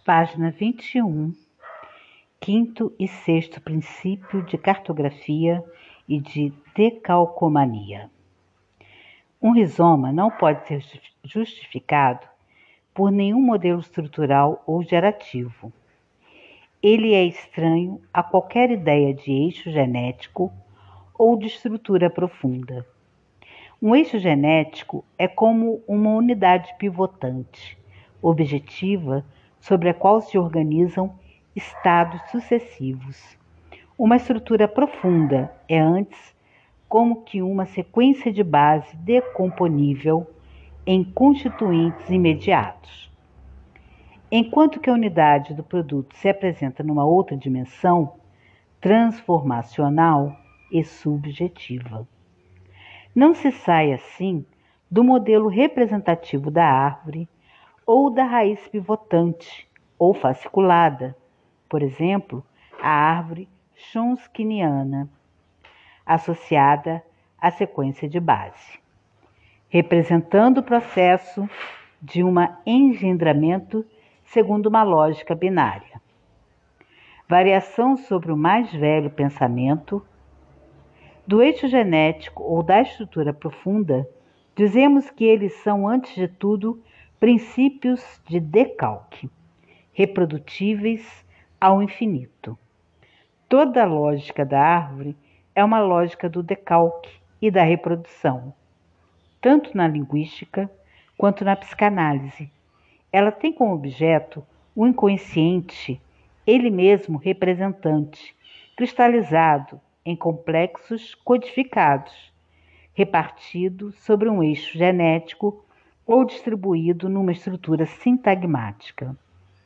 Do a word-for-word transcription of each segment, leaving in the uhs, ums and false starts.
Página vinte e um, quinto e sexto princípio de cartografia e de decalcomania. Um rizoma não pode ser justificado por nenhum modelo estrutural ou gerativo. Ele é estranho a qualquer ideia de eixo genético ou de estrutura profunda. Um eixo genético é como uma unidade pivotante, objetiva, sobre a qual se organizam estados sucessivos. Uma estrutura profunda é antes como que uma sequência de base decomponível em constituintes imediatos. Enquanto que a unidade do produto se apresenta numa outra dimensão, transformacional e subjetiva. Não se sai, assim, do modelo representativo da árvore ou da raiz pivotante ou fasciculada, por exemplo, a árvore chomskyana, associada à sequência de base, representando o processo de um engendramento segundo uma lógica binária. Variação sobre o mais velho pensamento do eixo genético ou da estrutura profunda, dizemos que eles são, antes de tudo, princípios de decalque, reprodutíveis ao infinito. Toda a lógica da árvore é uma lógica do decalque e da reprodução, tanto na linguística quanto na psicanálise. Ela tem como objeto o inconsciente, ele mesmo representante, cristalizado em complexos codificados, repartido sobre um eixo genético ou distribuído numa estrutura sintagmática.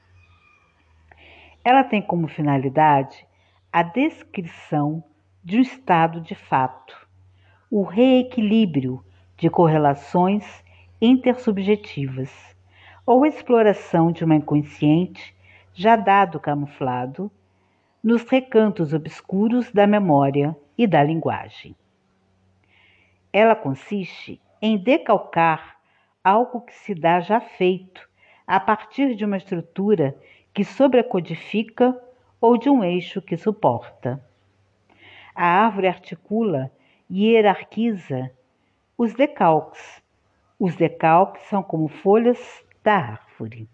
Ela tem como finalidade a descrição de um estado de fato, o reequilíbrio de correlações intersubjetivas, ou a exploração de uma inconsciente já dado camuflado nos recantos obscuros da memória e da linguagem. Ela consiste em decalcar algo que se dá já feito a partir de uma estrutura que sobrecodifica ou de um eixo que suporta. A árvore articula e hierarquiza os decalques. Os decalques são como folhas da árvore.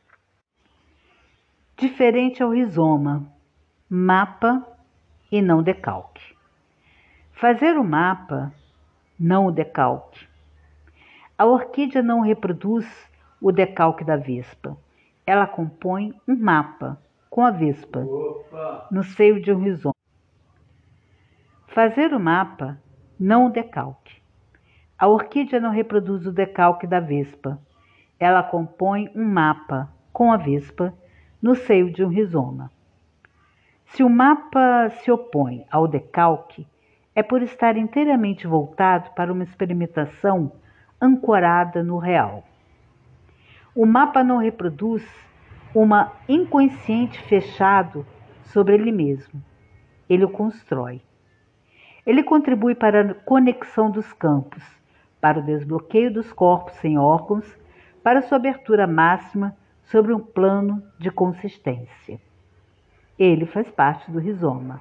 Diferente ao rizoma, mapa e não decalque. Fazer o mapa, não o decalque. A orquídea não reproduz o decalque da vespa. Ela compõe um mapa com a vespa Opa. no seio de um rizoma. Fazer o mapa, não o decalque. A orquídea não reproduz o decalque da vespa. Ela compõe um mapa com a vespa no seio de um rizoma. Se o mapa se opõe ao decalque, é por estar inteiramente voltado para uma experimentação ancorada no real. O mapa não reproduz uma inconsciente fechado sobre ele mesmo. Ele o constrói. Ele contribui para a conexão dos campos, para o desbloqueio dos corpos sem órgãos, para sua abertura máxima sobre um plano de consistência. Ele faz parte do rizoma.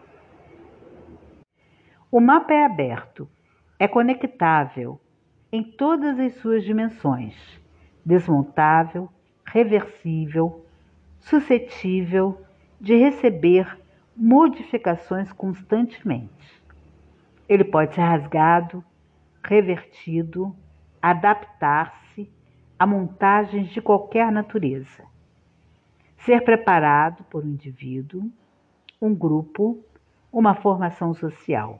O mapa é aberto, é conectável em todas as suas dimensões, desmontável, reversível, suscetível de receber modificações constantemente. Ele pode ser rasgado, revertido, adaptar-se a montagens de qualquer natureza. Ser preparado por um indivíduo, um grupo, uma formação social.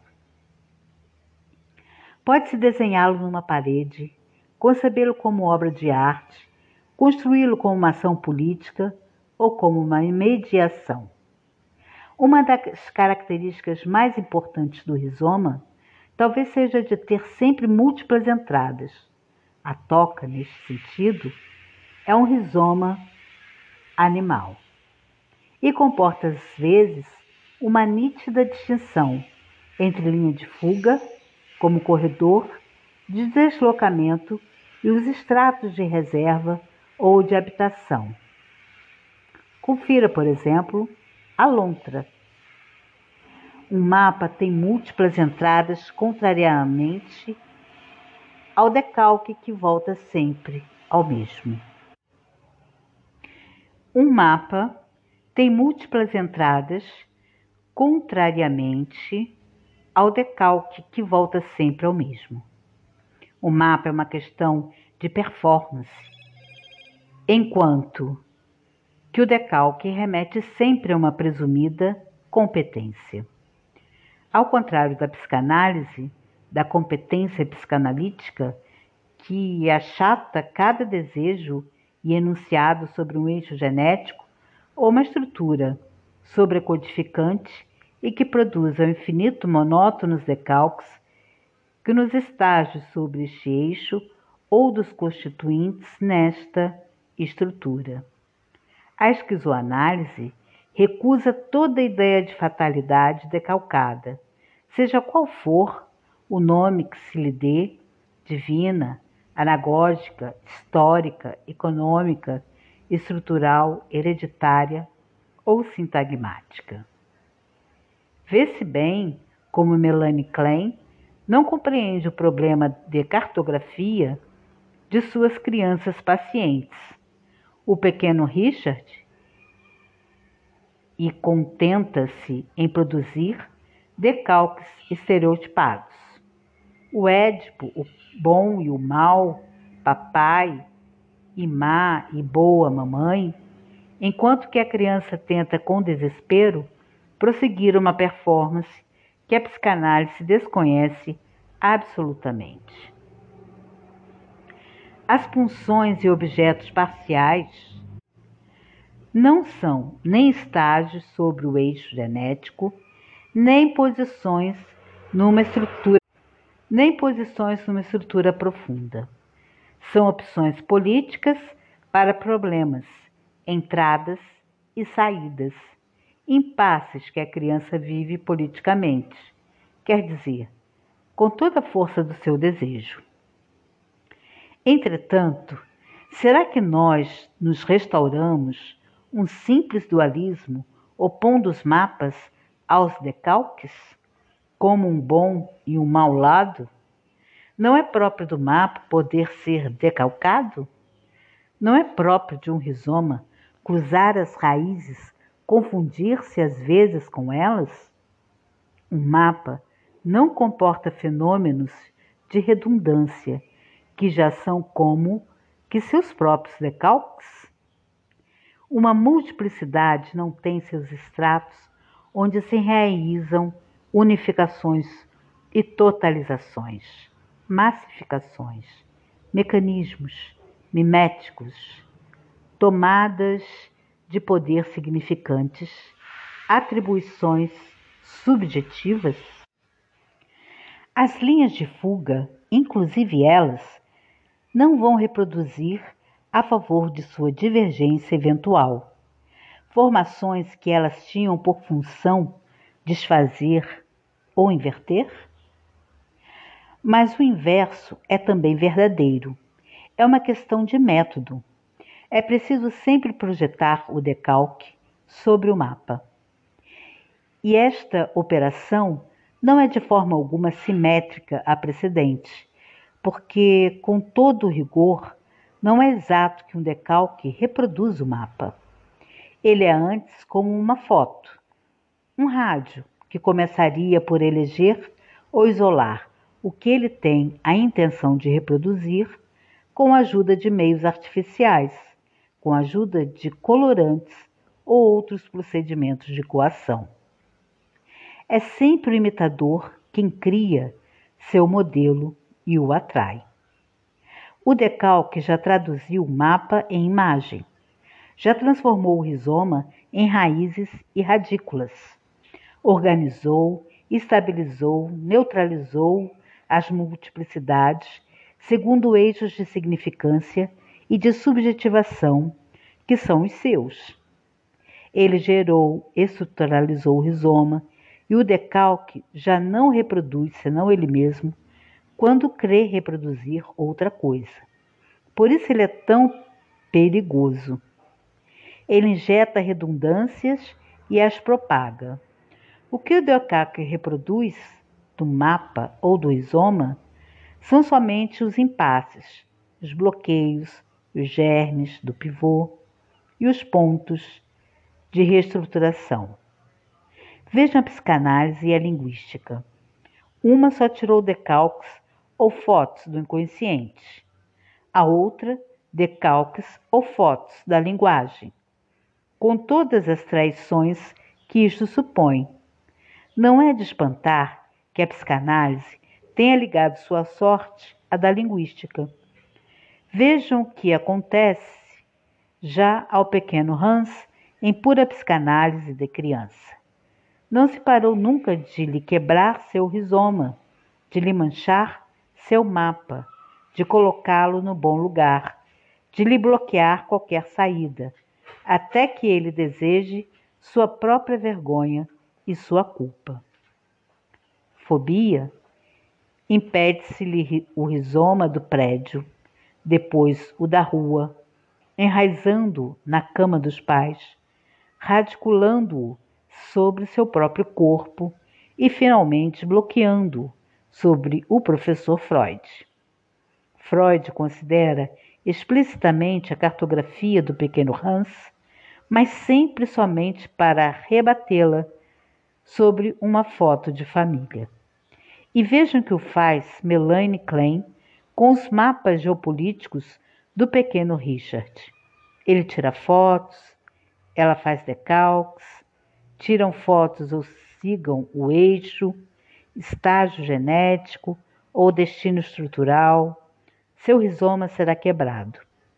Pode-se desenhá-lo numa parede, concebê-lo como obra de arte, construí-lo como uma ação política ou como uma mediação. Uma das características mais importantes do rizoma talvez seja de ter sempre múltiplas entradas. A toca, neste sentido, é um rizoma animal e comporta, às vezes, uma nítida distinção entre linha de fuga, como corredor de deslocamento, e os estratos de reserva ou de habitação. Confira, por exemplo, a lontra. Um mapa tem múltiplas entradas, contrariamente ao decalque que volta sempre ao mesmo. Um mapa tem múltiplas entradas, contrariamente ao decalque que volta sempre ao mesmo. O mapa é uma questão de performance, enquanto que o decalque remete sempre a uma presumida competência. Ao contrário da psicanálise, da competência psicanalítica, que achata cada desejo e enunciado sobre um eixo genético ou uma estrutura sobrecodificante e que produz ao infinito monótonos decalques que nos estágios sobre este eixo ou dos constituintes nesta estrutura. A esquizoanálise recusa toda ideia de fatalidade decalcada, seja qual for o nome que se lhe dê, divina, anagógica, histórica, econômica, estrutural, hereditária ou sintagmática. Vê-se bem como Melanie Klein não compreende o problema de cartografia de suas crianças pacientes, o pequeno Richard, e contenta-se em produzir decalques estereotipados. O Édipo, o bom e o mal, papai e má e boa mamãe, enquanto que a criança tenta com desespero prosseguir uma performance que a psicanálise desconhece absolutamente. As funções e objetos parciais não são nem estágios sobre o eixo genético, nem posições numa estrutura, nem posições numa estrutura profunda. São opções políticas para problemas, entradas e saídas, impasses que a criança vive politicamente, quer dizer, com toda a força do seu desejo. Entretanto, será que nós nos restauramos um simples dualismo opondo os mapas aos decalques, como um bom e um mau lado? Não é próprio do mapa poder ser decalcado? Não é próprio de um rizoma cruzar as raízes, confundir-se às vezes com elas? Um mapa não comporta fenômenos de redundância, que já são como que seus próprios decalques? Uma multiplicidade não tem seus estratos onde se enraizam unificações e totalizações, massificações, mecanismos miméticos, tomadas de poder significantes, atribuições subjetivas? As linhas de fuga, inclusive elas, não vão reproduzir a favor de sua divergência eventual, formações que elas tinham por função desfazer ou inverter? Mas o inverso é também verdadeiro. É uma questão de método. É preciso sempre projetar o decalque sobre o mapa. E esta operação não é de forma alguma simétrica à precedente, porque, com todo o rigor, não é exato que um decalque reproduz o mapa. Ele é antes como uma foto, um rádio que começaria por eleger ou isolar o que ele tem a intenção de reproduzir com a ajuda de meios artificiais, com a ajuda de colorantes ou outros procedimentos de coação. É sempre o imitador quem cria seu modelo e o atrai. O decalque já traduziu o mapa em imagem, já transformou o rizoma em raízes e radículas, organizou, estabilizou, neutralizou as multiplicidades segundo eixos de significância e de subjetivação que são os seus. Ele gerou, estruturalizou o rizoma e o decalque já não reproduz senão ele mesmo quando crê reproduzir outra coisa. Por isso ele é tão perigoso. Ele injeta redundâncias e as propaga. O que o Deucalque reproduz do mapa ou do rizoma são somente os impasses, os bloqueios, os germes do pivô e os pontos de reestruturação. Vejam a psicanálise e a linguística. Uma só tirou decalques ou fotos do inconsciente. A outra, decalques ou fotos da linguagem, com todas as traições que isto supõe. Não é de espantar que a psicanálise tenha ligado sua sorte à da linguística. Vejam o que acontece já ao pequeno Hans em pura psicanálise de criança. Não se parou nunca de lhe quebrar seu rizoma, de lhe manchar seu mapa, de colocá-lo no bom lugar, de lhe bloquear qualquer saída, até que ele deseje sua própria vergonha e sua culpa. Fobia: impede-se-lhe o rizoma do prédio, depois o da rua, enraizando-o na cama dos pais, radiculando-o sobre seu próprio corpo e, finalmente, bloqueando-o sobre o professor Freud. Freud considera explicitamente a cartografia do pequeno Hans, mas sempre somente para rebatê-la sobre uma foto de família. E vejam que o faz Melanie Klein com os mapas geopolíticos do pequeno Richard. Ele tira fotos, ela faz decalques, tiram fotos ou sigam o eixo, estágio genético ou destino estrutural. Seu rizoma será quebrado.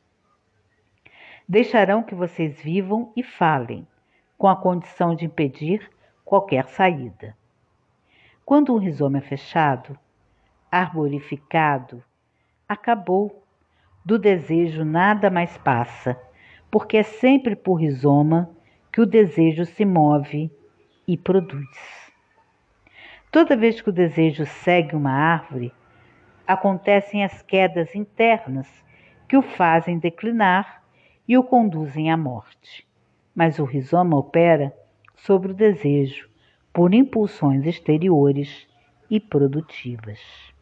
Deixarão que vocês vivam e falem, com a condição de impedir qualquer saída. Quando um rizoma é fechado, arborificado, acabou. Do desejo nada mais passa, porque é sempre por rizoma que o desejo se move e produz. Toda vez que o desejo segue uma árvore, acontecem as quedas internas que o fazem declinar e o conduzem à morte. Mas o rizoma opera sobre o desejo por impulsões exteriores e produtivas.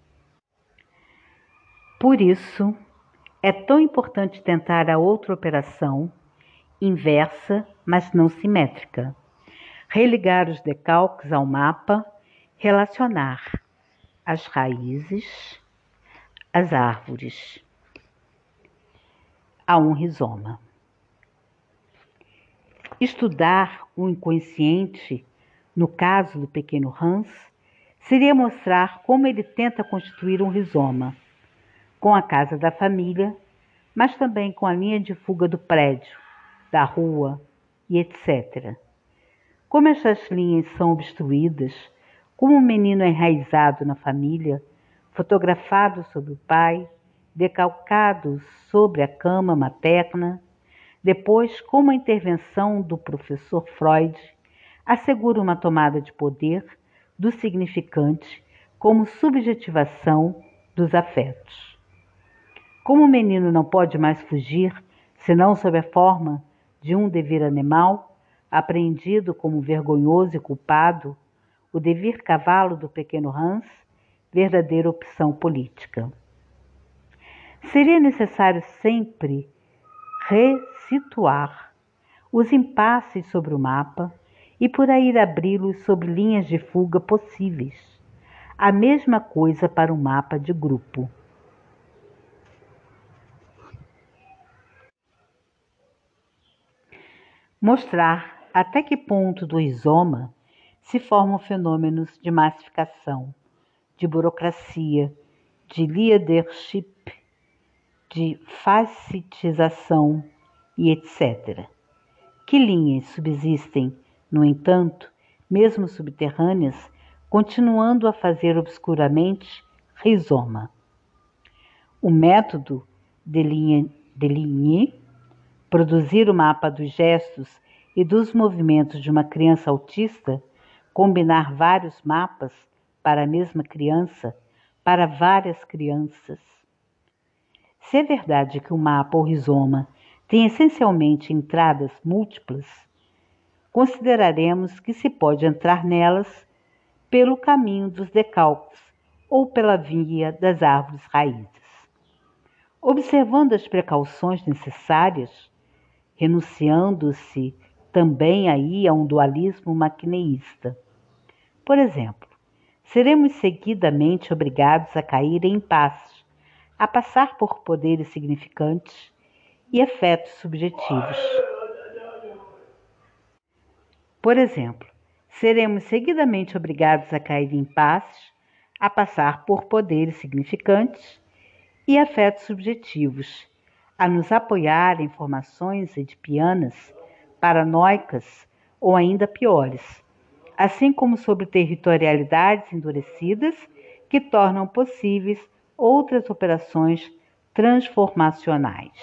Por isso, é tão importante tentar a outra operação, inversa, mas não simétrica. Religar os decalques ao mapa, relacionar as raízes, as árvores, a um rizoma. Estudar o inconsciente, no caso do pequeno Hans, seria mostrar como ele tenta constituir um rizoma, com a casa da família, mas também com a linha de fuga do prédio, da rua e etcétera. Como essas linhas são obstruídas, como o menino é enraizado na família, fotografado sobre o pai, decalcado sobre a cama materna, depois, como a intervenção do professor Freud assegura uma tomada de poder do significante como subjetivação dos afetos. Como o menino não pode mais fugir, senão sob a forma de um devir animal, apreendido como vergonhoso e culpado, o devir cavalo do pequeno Hans, verdadeira opção política. Seria necessário sempre ressituar os impasses sobre o mapa e por aí abri-los sobre linhas de fuga possíveis. A mesma coisa para um mapa de grupo. Mostrar até que ponto do rizoma se formam fenômenos de massificação, de burocracia, de leadership, de facetização e etcétera. Que linhas subsistem, no entanto, mesmo subterrâneas, continuando a fazer obscuramente rizoma. O método Deligny, produzir o mapa dos gestos e dos movimentos de uma criança autista, combinar vários mapas para a mesma criança, para várias crianças. Se é verdade que o mapa ou rizoma têm essencialmente entradas múltiplas, consideraremos que se pode entrar nelas pelo caminho dos decalques ou pela via das árvores raízes. Observando as precauções necessárias, renunciando-se também aí a um dualismo maquineísta. Por exemplo, seremos seguidamente obrigados a cair em impasses, a passar por poderes significantes e efeitos subjetivos. Por exemplo, seremos seguidamente obrigados a cair em impasses, a passar por poderes significantes e efeitos subjetivos, a nos apoiar em formações edipianas, paranoicas ou ainda piores, assim como sobre territorialidades endurecidas que tornam possíveis outras operações transformacionais.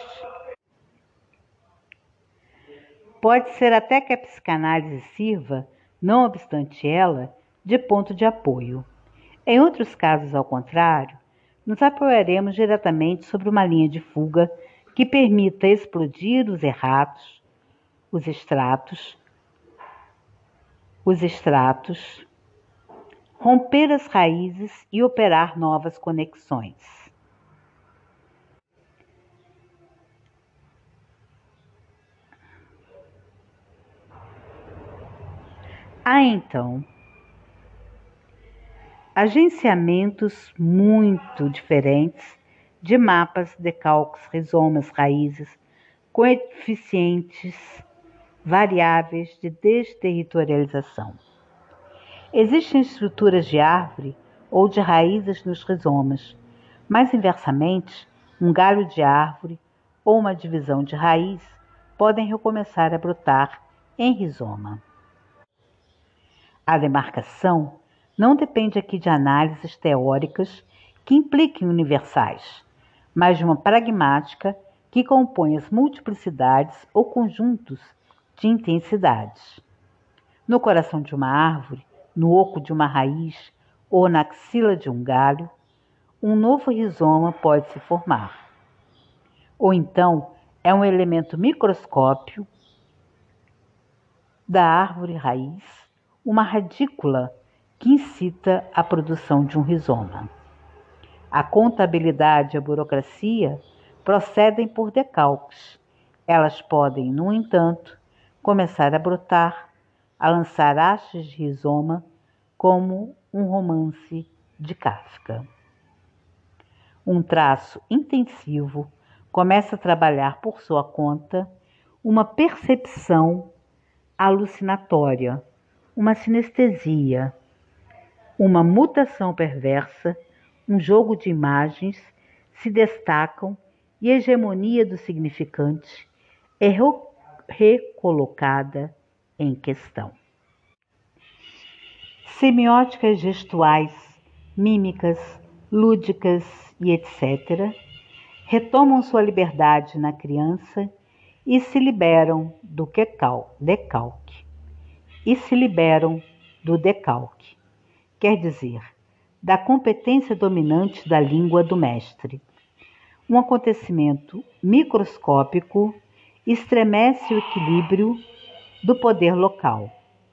Pode ser até que a psicanálise sirva, não obstante ela, de ponto de apoio. Em outros casos, ao contrário, nos apoiaremos diretamente sobre uma linha de fuga que permita explodir os erratos, os extratos, os extratos, romper as raízes e operar novas conexões. Há então agenciamentos muito diferentes de mapas, decalques, rizomas, raízes, coeficientes variáveis de desterritorialização. Existem estruturas de árvore ou de raízes nos rizomas, mas inversamente, um galho de árvore ou uma divisão de raiz podem recomeçar a brotar em rizoma. A demarcação não depende aqui de análises teóricas que impliquem universais, mas de uma pragmática que compõe as multiplicidades ou conjuntos de intensidades. No coração de uma árvore, no oco de uma raiz ou na axila de um galho, um novo rizoma pode se formar. Ou então é um elemento microscópio da árvore raiz, uma radícula que incita a produção de um rizoma. A contabilidade e a burocracia procedem por decalques. Elas podem, no entanto, começar a brotar, a lançar hastes de rizoma, como um romance de Kafka. Um traço intensivo começa a trabalhar por sua conta uma percepção alucinatória, uma sinestesia, uma mutação perversa, um jogo de imagens se destacam e a hegemonia do significante é recolocada em questão. Semióticas gestuais, mímicas, lúdicas e etcétera retomam sua liberdade na criança e se liberam do decalque. E se liberam do decalque, quer dizer, da competência dominante da língua do mestre. Um acontecimento microscópico estremece o equilíbrio do poder local.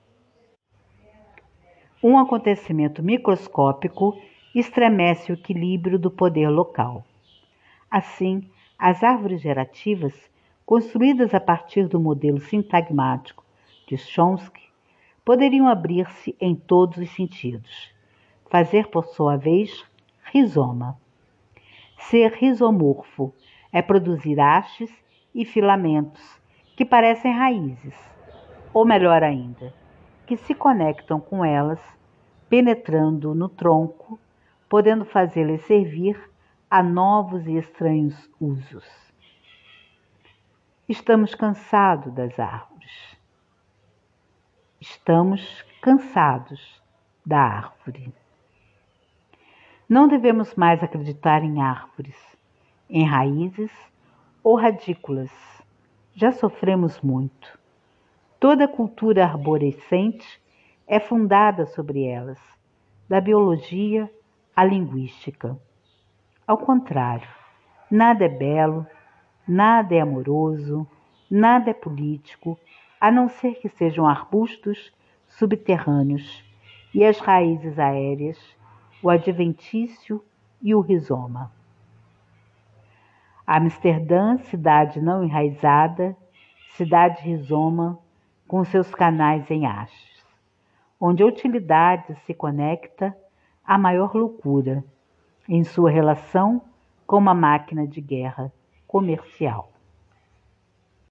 Um acontecimento microscópico estremece o equilíbrio do poder local. Assim, as árvores gerativas, construídas a partir do modelo sintagmático de Chomsky, poderiam abrir-se em todos os sentidos, fazer, por sua vez, rizoma. Ser rizomorfo é produzir hastes e filamentos que parecem raízes, ou melhor ainda, que se conectam com elas, penetrando no tronco, podendo fazê-las servir a novos e estranhos usos. Estamos cansados das árvores. Estamos cansados da árvore. Não devemos mais acreditar em árvores, em raízes ou radículas. Já sofremos muito. Toda cultura arborescente é fundada sobre elas, da biologia à linguística. Ao contrário, nada é belo, Nada é amoroso, nada é político, a não ser que sejam arbustos subterrâneos e as raízes aéreas, o adventício e o rizoma. Amsterdã, cidade não enraizada, cidade rizoma, com seus canais em hastes, onde a utilidade se conecta à maior loucura, em sua relação com uma máquina de guerra comercial.